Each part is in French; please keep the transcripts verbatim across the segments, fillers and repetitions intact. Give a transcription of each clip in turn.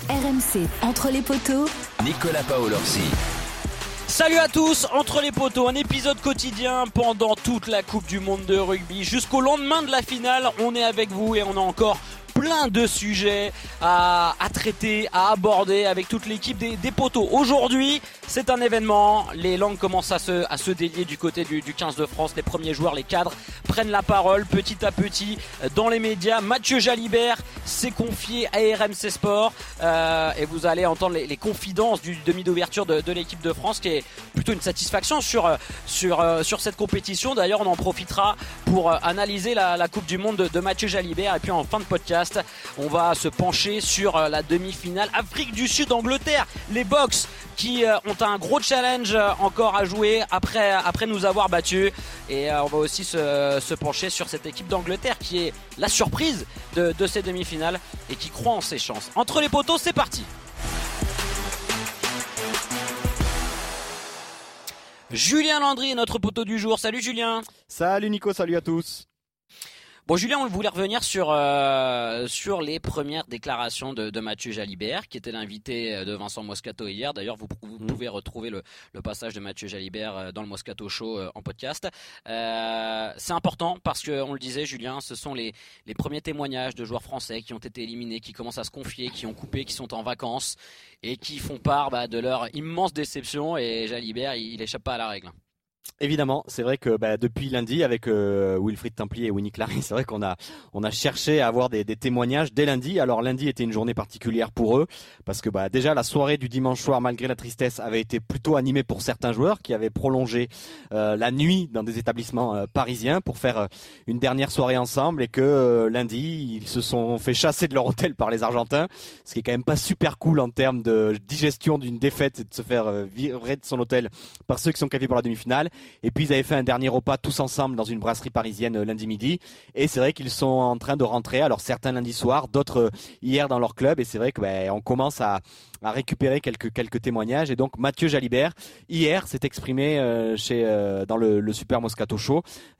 R M C, entre les poteaux, Nicolas Paolorsi. Salut à tous, entre les poteaux, un épisode quotidien pendant toute la Coupe du Monde de rugby. Jusqu'au lendemain de la finale, on est avec vous et on a encore plein de sujets à, à traiter, à aborder avec toute l'équipe des, des poteaux. Aujourd'hui, c'est un événement. Les langues commencent à se, à se délier du côté du, du quinze de France. Les premiers joueurs, les cadres, prennent la parole petit à petit dans les médias. Mathieu Jalibert s'est confié à R M C Sport euh, et vous allez entendre les, les confidences du demi d'ouverture de, de l'équipe de France, qui est plutôt une satisfaction sur, sur, sur cette compétition. D'ailleurs, on en profitera pour analyser la, la Coupe du Monde de, de Mathieu Jalibert. Et puis en fin de podcast, on va se pencher sur la demi-finale Afrique du Sud-Angleterre. Les Box qui ont un gros challenge encore à jouer après, après nous avoir battus. Et on va aussi se, se pencher sur cette équipe d'Angleterre qui est la surprise de, de ces demi-finales et qui croit en ses chances. Entre les poteaux, c'est parti. Julien Landry est notre poteau du jour. Salut Julien. Salut Nico, salut à tous. Bon Julien, on voulait revenir sur euh, sur les premières déclarations de, de Mathieu Jalibert, qui était l'invité de Vincent Moscato hier. D'ailleurs, vous, vous mmh. pouvez retrouver le, le passage de Mathieu Jalibert dans le Moscato Show en podcast. Euh, c'est important parce que, on le disait Julien, ce sont les les premiers témoignages de joueurs français qui ont été éliminés, qui commencent à se confier, qui ont coupé, qui sont en vacances et qui font part bah, de leur immense déception. Et Jalibert, il, il échappe pas à la règle. Évidemment, c'est vrai que bah, depuis lundi avec euh, Wilfried Templier et Winnie Clary, c'est vrai qu'on a on a cherché à avoir des, des témoignages dès lundi. Alors lundi était une journée particulière pour eux parce que bah déjà la soirée du dimanche soir, malgré la tristesse, avait été plutôt animée pour certains joueurs qui avaient prolongé euh, la nuit dans des établissements euh, parisiens pour faire euh, une dernière soirée ensemble, et que euh, lundi ils se sont fait chasser de leur hôtel par les Argentins, ce qui est quand même pas super cool en termes de digestion d'une défaite, et de se faire euh, virer de son hôtel par ceux qui sont qualifiés pour la demi-finale. Et puis ils avaient fait un dernier repas tous ensemble dans une brasserie parisienne lundi midi. Et c'est vrai qu'ils sont en train de rentrer. Alors certains lundi soir, d'autres hier dans leur club. Et c'est vrai que ben, on commence à, à récupérer quelques quelques témoignages. Et donc Mathieu Jalibert hier s'est exprimé euh, chez euh, dans le, le Super Moscato Show.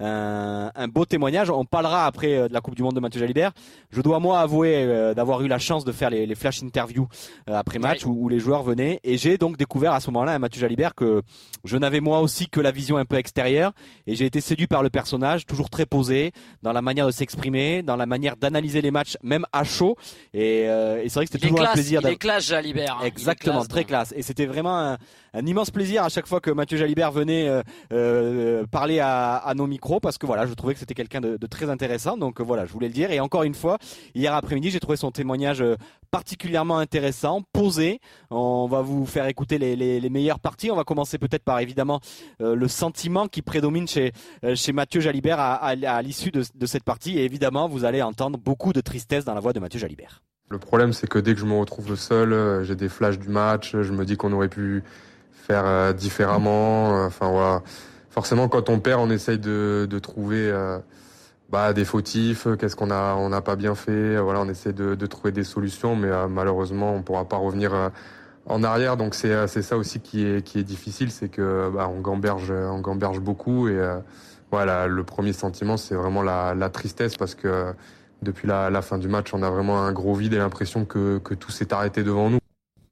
Un, un beau témoignage. On parlera après euh, de la Coupe du Monde de Mathieu Jalibert. Je dois moi avouer euh, d'avoir eu la chance de faire les, les flash interviews euh, après match, oui, où, où les joueurs venaient. Et j'ai donc découvert à ce moment-là un Mathieu Jalibert que je n'avais moi aussi que la vision un peu extérieur, et j'ai été séduit par le personnage, toujours très posé dans la manière de s'exprimer, dans la manière d'analyser les matchs, même à chaud. Et, euh, et c'est vrai que c'était toujours classe, un plaisir. Il est classe, Jalibert. Hein. Exactement, classe, très donc. classe. Et c'était vraiment un, un immense plaisir à chaque fois que Mathieu Jalibert venait euh, euh, parler à, à nos micros, parce que voilà, je trouvais que c'était quelqu'un de, de très intéressant. Donc euh, voilà, je voulais le dire. Et encore une fois, hier après-midi, j'ai trouvé son témoignage euh, particulièrement intéressant, posé. On va vous faire écouter les, les, les meilleures parties. On va commencer peut-être par évidemment euh, le sentiment qui prédomine chez euh, chez Mathieu Jalibert à, à, à l'issue de, de cette partie. Et évidemment, vous allez entendre beaucoup de tristesse dans la voix de Mathieu Jalibert. Le problème, c'est que dès que je me retrouve seul, euh, j'ai des flashs du match. Je me dis qu'on aurait pu faire euh, différemment. Euh, enfin voilà. Forcément, quand on perd, on essaye de, de trouver euh, bah, des fautifs. Qu'est-ce qu'on a, on n'a pas bien fait. Voilà, on essaie de, de trouver des solutions, mais euh, malheureusement, on pourra pas revenir euh, en arrière. Donc c'est c'est ça aussi qui est qui est difficile, c'est que bah, on gamberge on gamberge beaucoup. Et euh, voilà, le premier sentiment, c'est vraiment la, la tristesse, parce que euh, depuis la, la fin du match, on a vraiment un gros vide et l'impression que que tout s'est arrêté devant nous.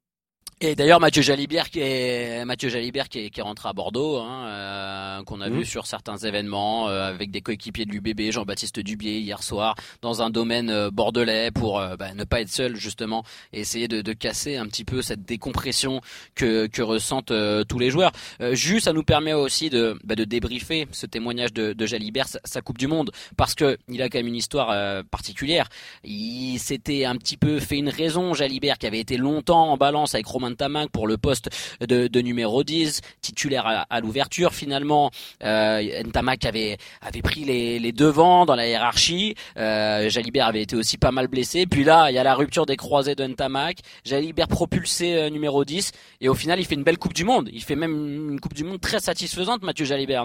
Et d'ailleurs Mathieu Jalibert qui est Mathieu Jalibert qui est, qui est rentré à Bordeaux, hein, euh, qu'on a mmh. vu sur certains événements euh, avec des coéquipiers de l'U B B, Jean-Baptiste Dubié hier soir, dans un domaine euh, bordelais, pour euh, bah, ne pas être seul justement, et essayer de, de casser un petit peu cette décompression que que ressentent euh, tous les joueurs. Euh, juste, ça nous permet aussi de bah, de débriefer ce témoignage de, de Jalibert, sa, sa Coupe du Monde, parce que il a quand même une histoire euh, particulière. Il s'était un petit peu fait une raison, Jalibert, qui avait été longtemps en balance avec Romain Ntamak pour le poste de, de numéro dix, titulaire à, à l'ouverture. Finalement, euh, Ntamak avait avait pris les, les devants dans la hiérarchie. Euh, Jalibert avait été aussi pas mal blessé. Puis là, il y a la rupture des croisés de Ntamak. Jalibert propulsé euh, numéro dix, et au final, il fait une belle Coupe du Monde. Il fait même une Coupe du Monde très satisfaisante, Mathieu Jalibert, non ?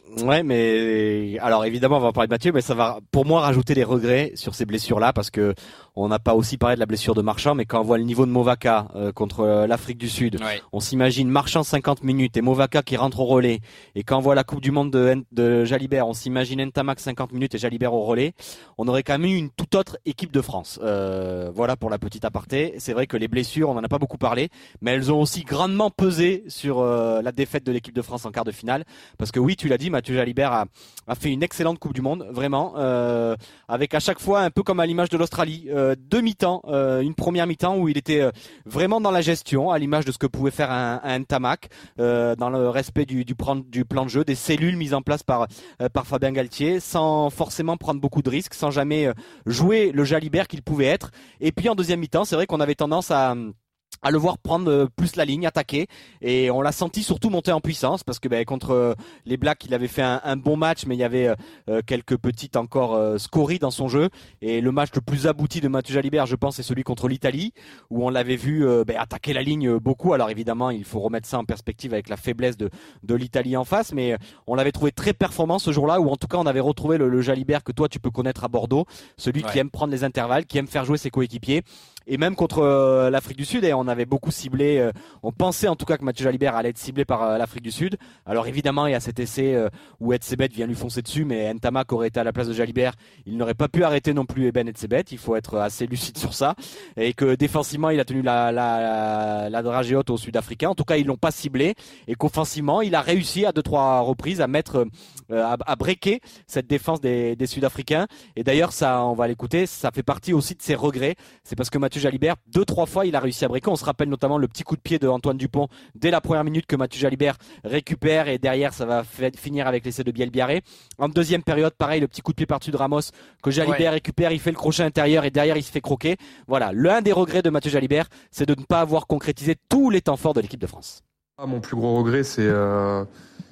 Ouais, mais alors évidemment on va en parler de Mathieu, mais ça va pour moi rajouter des regrets sur ces blessures-là parce que on n'a pas aussi parlé de la blessure de Marchand, mais quand on voit le niveau de Movaka euh, contre euh, l'Afrique du Sud, ouais. On s'imagine Marchand cinquante minutes et Movaka qui rentre au relais, et quand on voit la Coupe du Monde de, de Jalibert, on s'imagine Ntamak cinquante minutes et Jalibert au relais, on aurait quand même eu une toute autre équipe de France. Euh, voilà pour la petite aparté. C'est vrai que les blessures, on en a pas beaucoup parlé, mais elles ont aussi grandement pesé sur euh, la défaite de l'équipe de France en quart de finale, parce que oui, tu l'as dit, Mathieu Jalibert a, a fait une excellente Coupe du Monde, vraiment, euh, avec à chaque fois un peu comme à l'image de l'Australie, euh, deux mi-temps, euh, une première mi-temps où il était euh, vraiment dans la gestion, à l'image de ce que pouvait faire un, un Ntamak, euh, dans le respect du, du, plan, du plan de jeu, des cellules mises en place par, euh, par Fabien Galtier, sans forcément prendre beaucoup de risques, sans jamais euh, jouer le Jalibert qu'il pouvait être. Et puis en deuxième mi-temps, c'est vrai qu'on avait tendance à à le voir prendre plus la ligne, attaquer, et on l'a senti surtout monter en puissance parce que ben, contre euh, les Blacks il avait fait un, un bon match, mais il y avait euh, quelques petites encore euh, scories dans son jeu, et le match le plus abouti de Mathieu Jalibert je pense c'est celui contre l'Italie où on l'avait vu euh, ben, attaquer la ligne beaucoup. Alors évidemment il faut remettre ça en perspective avec la faiblesse de, de l'Italie en face, mais on l'avait trouvé très performant ce jour-là, où en tout cas on avait retrouvé le, le Jalibert que toi tu peux connaître à Bordeaux, celui ouais. qui aime prendre les intervalles, qui aime faire jouer ses coéquipiers. Et même contre euh, l'Afrique du Sud, et on avait beaucoup ciblé, euh, on pensait en tout cas que Mathieu Jalibert allait être ciblé par euh, l'Afrique du Sud. Alors évidemment il y a cet essai euh, où Etzebeth vient lui foncer dessus, mais Ntamak aurait été à la place de Jalibert, il n'aurait pas pu arrêter non plus Eben Etzebeth, il faut être assez lucide sur ça, et que défensivement il a tenu la, la, la, la dragée haute aux Sud-Africains, en tout cas ils l'ont pas ciblé, et qu'offensivement il a réussi à deux trois reprises à mettre, euh, à, à breaker cette défense des, des Sud-Africains. Et d'ailleurs ça, on va l'écouter, ça fait partie aussi de ses regrets, c'est parce que Mathieu Jalibert, deux, trois fois, il a réussi à breaker. On se rappelle notamment le petit coup de pied de Antoine Dupont dès la première minute que Mathieu Jalibert récupère, et derrière, ça va f- finir avec l'essai de Biel Biarré. En deuxième période, pareil, le petit coup de pied par-dessus de Ramos que Jalibert ouais. récupère, il fait le crochet intérieur et derrière, il se fait croquer. Voilà. L'un des regrets de Mathieu Jalibert, c'est de ne pas avoir concrétisé tous les temps forts de l'équipe de France. Ah, mon plus gros regret, c'est, euh,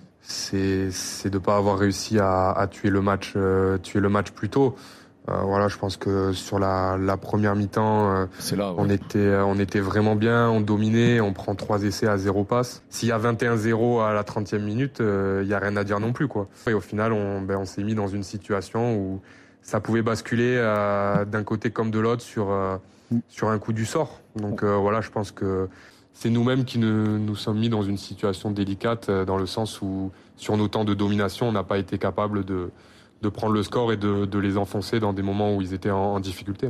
c'est, c'est de ne pas avoir réussi à, à tuer le match, euh, tuer le match plus tôt. Euh, voilà, je pense que sur la, la première mi-temps, euh, c'est là, ouais. on était, on était vraiment bien, on dominait, on prend trois essais à zéro passe. S'il y a vingt et un zéro à la trentième minute, il euh, y a rien à dire non plus, quoi. Et au final, on, ben, on s'est mis dans une situation où ça pouvait basculer euh, d'un côté comme de l'autre sur, euh, sur un coup du sort. Donc euh, voilà, je pense que c'est nous-mêmes qui ne, nous sommes mis dans une situation délicate, euh, dans le sens où sur nos temps de domination, on n'a pas été capable de de prendre le score et de, de les enfoncer dans des moments où ils étaient en, en difficulté.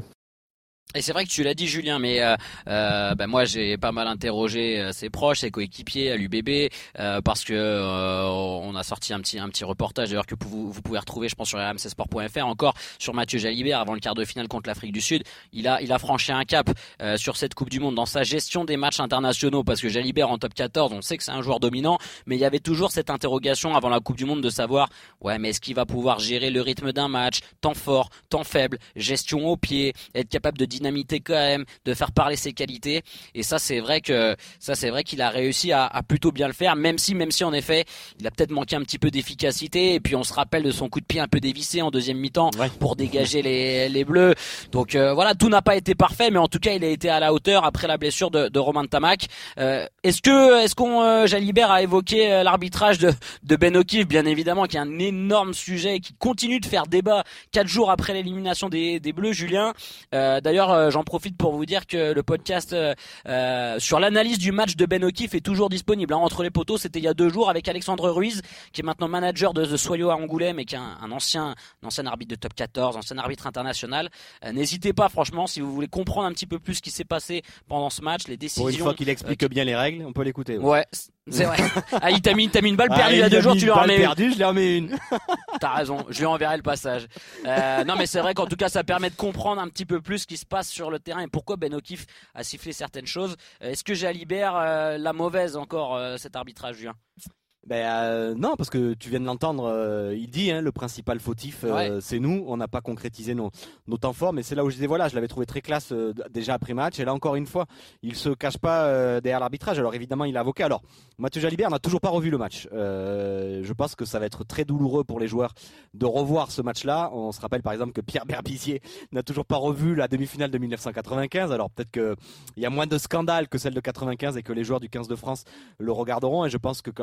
Et c'est vrai que tu l'as dit, Julien, mais euh, euh, ben moi j'ai pas mal interrogé euh, ses proches, ses coéquipiers à l'U B B, euh, parce que euh, on a sorti un petit un petit reportage d'ailleurs que vous, vous pouvez retrouver, je pense, sur r m c sport point f r, encore sur Mathieu Jalibert avant le quart de finale contre l'Afrique du Sud. Il a il a franchi un cap euh, sur cette Coupe du Monde dans sa gestion des matchs internationaux, parce que Jalibert en top quatorze, on sait que c'est un joueur dominant, mais il y avait toujours cette interrogation avant la Coupe du Monde de savoir ouais mais est-ce qu'il va pouvoir gérer le rythme d'un match, temps fort, temps faible, gestion au pied, être capable de dynamité quand même, de faire parler ses qualités. Et ça c'est vrai que ça c'est vrai qu'il a réussi à, à plutôt bien le faire, même si même si en effet il a peut-être manqué un petit peu d'efficacité. Et puis on se rappelle de son coup de pied un peu dévissé en deuxième mi-temps ouais. pour dégager les, les Bleus. Donc euh, voilà, tout n'a pas été parfait, mais en tout cas il a été à la hauteur après la blessure de, de Romain Ntamak. Euh, est-ce que est-ce qu'on euh, Jalibert a évoqué euh, l'arbitrage de, de Ben O'Keefe, bien évidemment, qui est un énorme sujet et qui continue de faire débat quatre jours après l'élimination des, des Bleus, Julien. Euh, d'ailleurs euh, j'en profite pour vous dire que le podcast euh, euh, sur l'analyse du match de Ben O'Keefe est toujours disponible, hein, entre les poteaux. C'était il y a deux jours avec Alexandre Ruiz, qui est maintenant manager de The Soyo à Angoulême et qui est un, un ancien un ancien arbitre de top quatorze, ancien arbitre international. Euh, n'hésitez pas, franchement, si vous voulez comprendre un petit peu plus ce qui s'est passé pendant ce match, les décisions. Pour une fois qu'il explique euh, bien les règles, on peut l'écouter. Ouais, ouais c'est vrai. Ah, il t'a mis, t'as mis une balle perdue ah, il y a deux jours, tu lui en remets une. Perdue, je lui en remets une. T'as raison, je lui enverrai le passage. Euh, non mais c'est vrai qu'en tout cas ça permet de comprendre un petit peu plus ce qui se passe sur le terrain et pourquoi Ben O'Keefe a sifflé certaines choses. Est-ce que Jalibert euh, la mauvaise encore euh, cet arbitrage, Julien? Ben euh, non, parce que tu viens de l'entendre, euh, il dit hein, le principal fautif euh, ouais. c'est nous, on n'a pas concrétisé nos, nos temps forts, mais c'est là où je disais voilà, je l'avais trouvé très classe euh, déjà après match, et là encore une fois, il se cache pas euh, derrière l'arbitrage. Alors évidemment il est avocat. Alors Mathieu Jalibert n'a toujours pas revu le match. Euh, je pense que ça va être très douloureux pour les joueurs de revoir ce match-là. On se rappelle par exemple que Pierre Berbizier n'a toujours pas revu la demi-finale de dix-neuf cent quatre-vingt-quinze. Alors peut-être que il y a moins de scandales que celle de quatre-vingt-quinze et que les joueurs du quinze de France le regarderont, et je pense que lorsqu'ils seront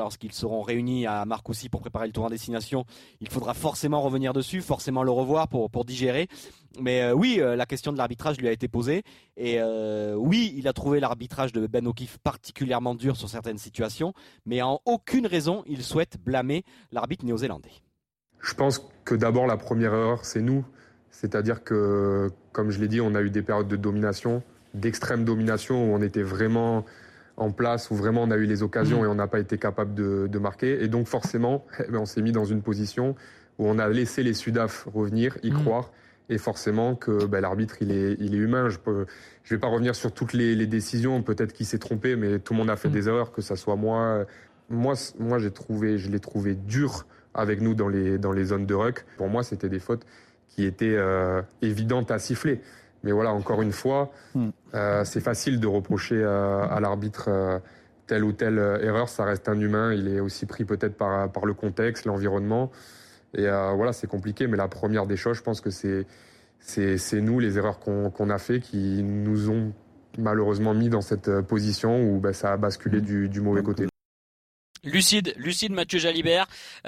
seront réunis à Marcoussis pour préparer le tournoi destination. Il faudra forcément revenir dessus, forcément le revoir pour, pour digérer. Mais euh, oui, euh, la question de l'arbitrage lui a été posée. Et euh, oui, il a trouvé l'arbitrage de Ben O'Keefe particulièrement dur sur certaines situations. Mais en aucune raison, il souhaite blâmer l'arbitre néo-zélandais. Je pense que d'abord, la première erreur, c'est nous. C'est-à-dire que, comme je l'ai dit, on a eu des périodes de domination, d'extrême domination, où on était vraiment en place, où vraiment on a eu les occasions et on n'a pas été capable de, de marquer. Et donc forcément, eh bien, on s'est mis dans une position où on a laissé les Sudaf revenir, y mmh. croire. Et forcément que ben, l'arbitre, il est, il est humain. Je ne je vais pas revenir sur toutes les, les décisions. Peut-être qu'il s'est trompé, mais tout le monde a fait mmh. des erreurs, que ça soit moi. Moi, moi j'ai trouvé, je l'ai trouvé dur avec nous dans les, dans les zones de ruck. Pour moi, c'était des fautes qui étaient euh, évidentes à siffler. Mais voilà, encore une fois, mmh. euh, c'est facile de reprocher euh, à l'arbitre euh, telle ou telle erreur. Ça reste un humain. Il est aussi pris peut-être par, par le contexte, l'environnement. Et euh, voilà, c'est compliqué. Mais la première des choses, je pense que c'est, c'est, c'est nous, les erreurs qu'on, qu'on a fait, qui nous ont malheureusement mis dans cette position où ben, ça a basculé du, du mauvais côté. Lucide, lucide Mathieu Jalibert.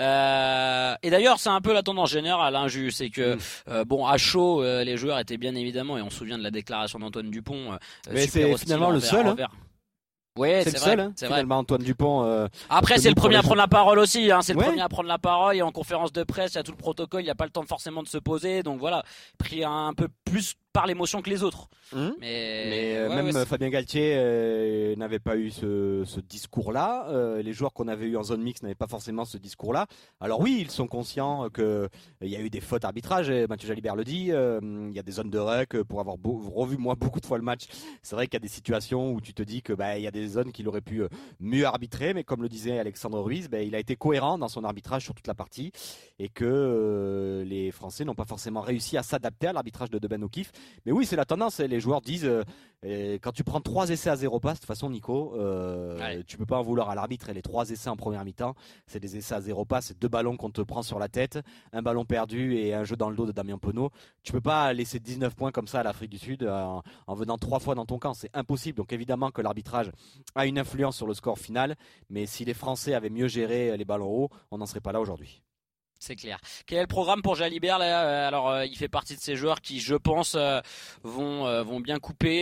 Euh, et d'ailleurs, c'est un peu la tendance générale, hein, Jus, c'est que euh, bon, à chaud, euh, les joueurs étaient bien évidemment, et on se souvient de la déclaration d'Antoine Dupont. Euh, Mais c'est finalement le seul. Hein. Ouais, c'est, c'est le vrai, seul, hein, c'est finalement, vrai. Antoine Dupont. Euh, Après, c'est le premier à prendre la parole aussi. Hein, c'est le ouais. premier à prendre la parole. Et en conférence de presse, il y a tout le protocole. Il n'y a pas le temps forcément de se poser. Donc voilà, pris un peu plus par l'émotion que les autres. Mmh. Mais, Mais euh, ouais, même ouais, Fabien Galtier euh, n'avait pas eu ce, ce discours-là. Euh, les joueurs qu'on avait eu en zone mixte n'avaient pas forcément ce discours-là. Alors oui, ils sont conscients qu'il euh, y a eu des fautes arbitrage. Et Mathieu Jalibert le dit. Il euh, y a des zones de ruck. Pour avoir beau, revu moi beaucoup de fois le match, c'est vrai qu'il y a des situations où tu te dis que bah il y a des zones qu'il aurait pu mieux arbitrer. Mais comme le disait Alexandre Ruiz, bah, il a été cohérent dans son arbitrage sur toute la partie et que euh, les Français n'ont pas forcément réussi à s'adapter à l'arbitrage de, de Ben O'Keefe. Mais oui, c'est la tendance. Les joueurs disent euh, et quand tu prends trois essais à zéro passe, de toute façon, Nico, euh, ouais. tu peux pas en vouloir à l'arbitre. Et les trois essais en première mi-temps, c'est des essais à zéro passe, c'est deux ballons qu'on te prend sur la tête, un ballon perdu et un jeu dans le dos de Damien Penaud. Tu peux pas laisser dix-neuf points comme ça à l'Afrique du Sud en, en venant trois fois dans ton camp, c'est impossible. Donc évidemment que l'arbitrage a une influence sur le score final, mais si les Français avaient mieux géré les ballons hauts, on n'en serait pas là aujourd'hui. C'est clair. Quel est le programme pour Jalibert là ? Alors, euh, il fait partie de ces joueurs qui, je pense, euh, vont euh, vont bien couper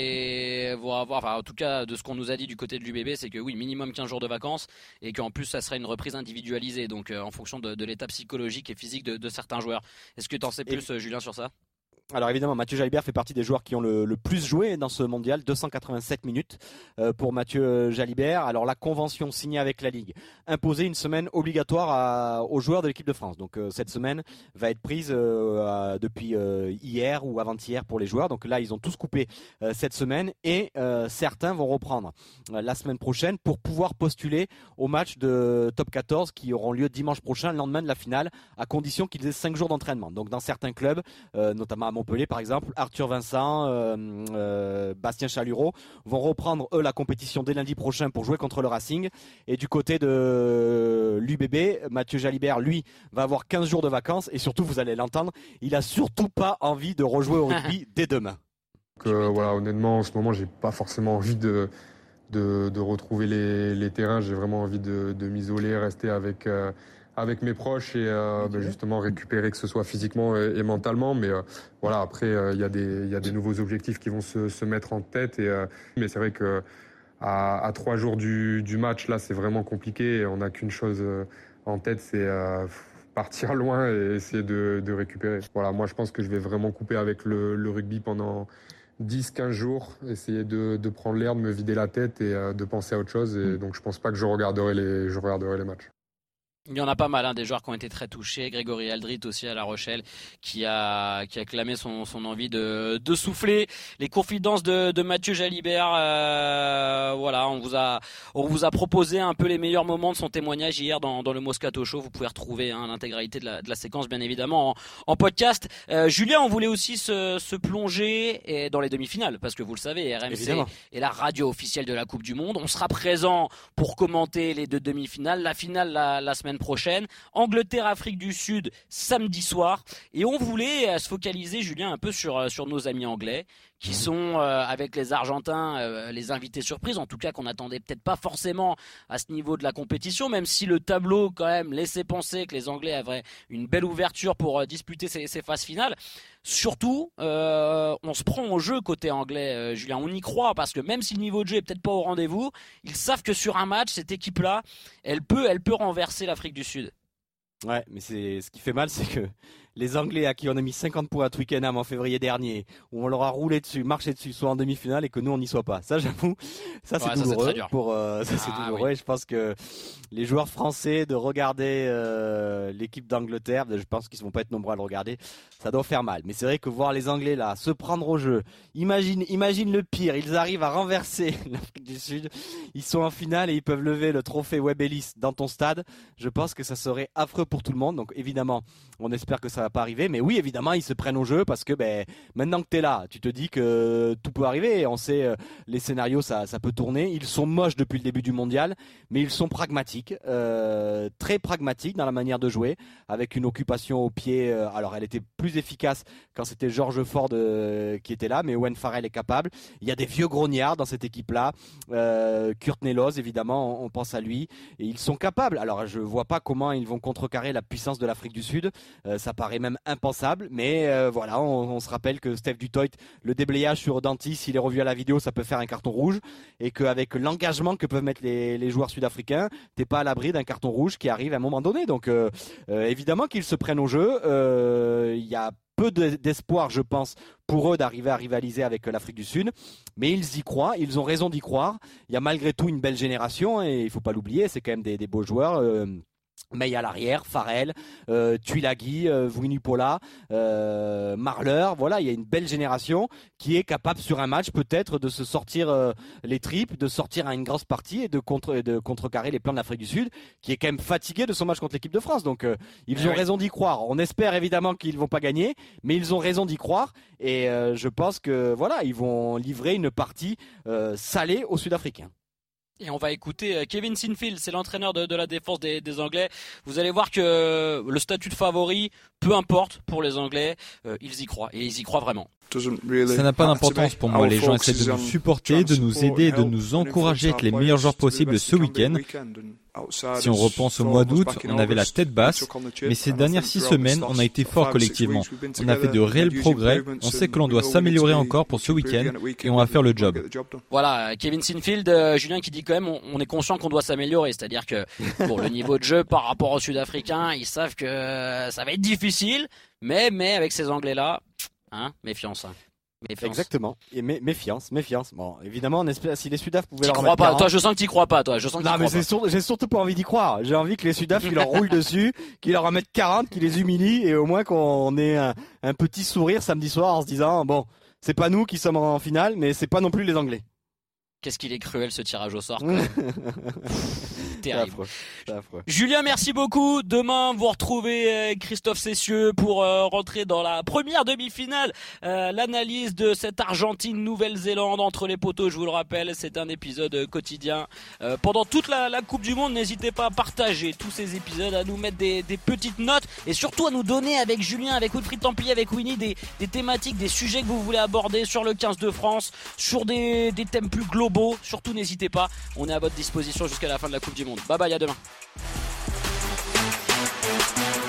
et vont avoir. Enfin, en tout cas, de ce qu'on nous a dit du côté de l'U B B, c'est que oui, minimum quinze jours de vacances et qu'en plus, ça serait une reprise individualisée, donc euh, en fonction de, de l'état psychologique et physique de, de certains joueurs. Est-ce que tu en sais plus, et... Julien, sur ça ? Alors évidemment, Mathieu Jalibert fait partie des joueurs qui ont le, le plus joué dans ce mondial, deux cent quatre-vingt-sept minutes euh, pour Mathieu Jalibert. Alors la convention signée avec la Ligue imposait une semaine obligatoire à, aux joueurs de l'équipe de France. Donc euh, cette semaine va être prise euh, à, depuis euh, hier ou avant-hier pour les joueurs. Donc là, ils ont tous coupé euh, cette semaine et euh, certains vont reprendre euh, la semaine prochaine pour pouvoir postuler au match de top quatorze qui auront lieu dimanche prochain, le lendemain de la finale, à condition qu'ils aient cinq jours d'entraînement. Donc dans certains clubs, euh, notamment à Montpellier par exemple, Arthur Vincent, euh, euh, Bastien Chalureau vont reprendre eux la compétition dès lundi prochain pour jouer contre le Racing. Et du côté de l'U B B, Mathieu Jalibert lui va avoir quinze jours de vacances et surtout vous allez l'entendre, il a surtout pas envie de rejouer au rugby dès demain. Donc, euh, voilà, honnêtement en ce moment j'ai pas forcément envie de de, de retrouver les, les terrains. J'ai vraiment envie de, de m'isoler, rester avec euh, avec mes proches et euh, okay. ben justement récupérer, que ce soit physiquement et, et mentalement. Mais euh, voilà, après il euh, y a des il y a des nouveaux objectifs qui vont se, se mettre en tête. Et euh, mais c'est vrai que à, à trois jours du, du match là, c'est vraiment compliqué. Et on n'a qu'une chose en tête, c'est euh, partir loin et essayer de, de récupérer. Voilà, moi je pense que je vais vraiment couper avec le, le rugby pendant dix quinze jours, essayer de, de prendre l'air, de me vider la tête et euh, de penser à autre chose. Et donc je pense pas que je regarderai les, je regarderai les matchs. Il y en a pas mal, hein, des joueurs qui ont été très touchés. Grégory Aldrit aussi à La Rochelle, qui a qui a clamé son son envie de de souffler. Les confidences de de Mathieu Jalibert, euh, voilà, on vous a on vous a proposé un peu les meilleurs moments de son témoignage hier dans dans le Moscato Show. Vous pouvez retrouver hein, l'intégralité de la de la séquence bien évidemment en, en podcast. Euh, Julien, on voulait aussi se se plonger et dans les demi-finales parce que vous le savez, R M C évidemment. Est la radio officielle de la Coupe du Monde. On sera présent pour commenter les deux demi-finales, la finale la, la semaine prochaine, Angleterre-Afrique du Sud samedi soir, et on voulait se focaliser, Julien, un peu sur sur nos amis anglais qui sont euh, avec les Argentins euh, les invités surprises, en tout cas qu'on n'attendait peut-être pas forcément à ce niveau de la compétition, même si le tableau quand même laissait penser que les Anglais avaient une belle ouverture pour euh, disputer ces, ces phases finales. Surtout, euh, on se prend au jeu côté anglais, euh, Julien, on y croit, parce que même si le niveau de jeu est peut-être pas au rendez-vous, ils savent que sur un match, cette équipe-là, elle peut, elle peut renverser l'Afrique du Sud. Ouais, mais c'est ce qui fait mal, c'est que les Anglais à qui on a mis cinquante points à Twickenham en février dernier, où on leur a roulé dessus, marché dessus, soit en demi-finale et que nous on n'y soit pas. Ça, j'avoue, ça c'est ouais, douloureux. Ça, pour euh, ça c'est ah, douloureux. Oui. Et je pense que les joueurs français de regarder euh, l'équipe d'Angleterre, je pense qu'ils ne vont pas être nombreux à le regarder. Ça doit faire mal. Mais c'est vrai que voir les Anglais là se prendre au jeu, imagine, imagine le pire. Ils arrivent à renverser l'Afrique du Sud. Ils sont en finale et ils peuvent lever le trophée Webb Ellis dans ton stade. Je pense que ça serait affreux pour tout le monde. Donc évidemment, on espère que ça va pas arriver. Mais oui, évidemment, ils se prennent au jeu parce que ben maintenant que t'es là, tu te dis que tout peut arriver. On sait euh, les scénarios, ça, ça peut tourner. Ils sont moches depuis le début du mondial, mais ils sont pragmatiques, euh, très pragmatiques dans la manière de jouer, avec une occupation au pied. Euh, alors, elle était plus efficace quand c'était George Ford euh, qui était là, mais Owen Farrell est capable. Il y a des vieux grognards dans cette équipe-là. Euh, Kurt Nelos, évidemment, on, on pense à lui, et ils sont capables. Alors, je vois pas comment ils vont contrecarrer la puissance de l'Afrique du Sud. Euh, ça paraît même impensable, mais euh, voilà, on, on se rappelle que Steph Dutoit, le déblayage sur Danty, s'il est revu à la vidéo, ça peut faire un carton rouge, et qu'avec l'engagement que peuvent mettre les, les joueurs sud-africains, t'es pas à l'abri d'un carton rouge qui arrive à un moment donné. Donc euh, euh, évidemment qu'ils se prennent au jeu. Il euh, y a peu de, d'espoir, je pense, pour eux d'arriver à rivaliser avec l'Afrique du Sud, mais ils y croient, ils ont raison d'y croire. Il y a malgré tout une belle génération, et il faut pas l'oublier, c'est quand même des, des beaux joueurs. Euh, May à l'arrière, Farrell, euh, Tuilagi, euh, Vunipola, euh, Marler, voilà, il y a une belle génération qui est capable sur un match peut-être de se sortir euh, les tripes, de sortir à une grosse partie et de, contre, de contrecarrer les plans de l'Afrique du Sud, qui est quand même fatigué de son match contre l'équipe de France. Donc euh, ils eh ont oui. raison d'y croire. On espère évidemment qu'ils vont pas gagner, mais ils ont raison d'y croire, et euh, je pense que voilà, ils vont livrer une partie euh, salée aux Sud-Africains. Et on va écouter Kevin Sinfield, c'est l'entraîneur de, de la défense des, des Anglais. Vous allez voir que le statut de favori, peu importe pour les Anglais, euh, ils y croient, et ils y croient vraiment. Ça n'a pas d'importance pour moi. Les gens essaient de nous supporter, de nous aider, de nous encourager avec les meilleurs joueurs possibles ce week-end. Si on repense au mois d'août, on avait la tête basse, mais ces dernières six semaines, on a été fort collectivement. On a fait de réels progrès, on sait que l'on doit s'améliorer encore pour ce week-end, et on va faire le job. Voilà, Kevin Sinfield, euh, Julien qui dit quand même, on, on est conscient qu'on doit s'améliorer, c'est-à-dire que pour le niveau de jeu par rapport aux Sud-Africains, ils savent que euh, ça va être difficile, mais, mais avec ces Anglais-là, hein, méfiance. Hein. Méfiance. Exactement. Et mé- méfiance, méfiance. Bon, évidemment, on espère si les Sudaf pouvaient T'y leur crois remettre pas, quarante. toi je sens que t'y crois pas, toi, je sens que Non, t'y mais crois c'est sur- j'ai surtout pas envie d'y croire. J'ai envie que les Sudaf, qu'ils leur roulent dessus, qu'ils leur en mettent quarante, qu'ils les humilient, et au moins qu'on ait un, un petit sourire samedi soir en se disant, bon, c'est pas nous qui sommes en finale, mais c'est pas non plus les Anglais. Qu'est-ce qu'il est cruel ce tirage au sort, quand même. C'est Terrible. affreux. C'est affreux. Julien, merci beaucoup. Demain, vous retrouvez euh, Christophe Cessieux pour euh, rentrer dans la première demi-finale. Euh, l'analyse de cette Argentine-Nouvelle-Zélande entre les poteaux, je vous le rappelle, c'est un épisode euh, quotidien. Euh, pendant toute la, la Coupe du Monde, n'hésitez pas à partager tous ces épisodes, à nous mettre des, des petites notes et surtout à nous donner avec Julien, avec Wilfried Templier, avec Winnie, des, des thématiques, des sujets que vous voulez aborder sur le quinze de France, sur des, des thèmes plus globaux. Surtout, n'hésitez pas. On est à votre disposition jusqu'à la fin de la Coupe du Monde. Bye bye, à demain.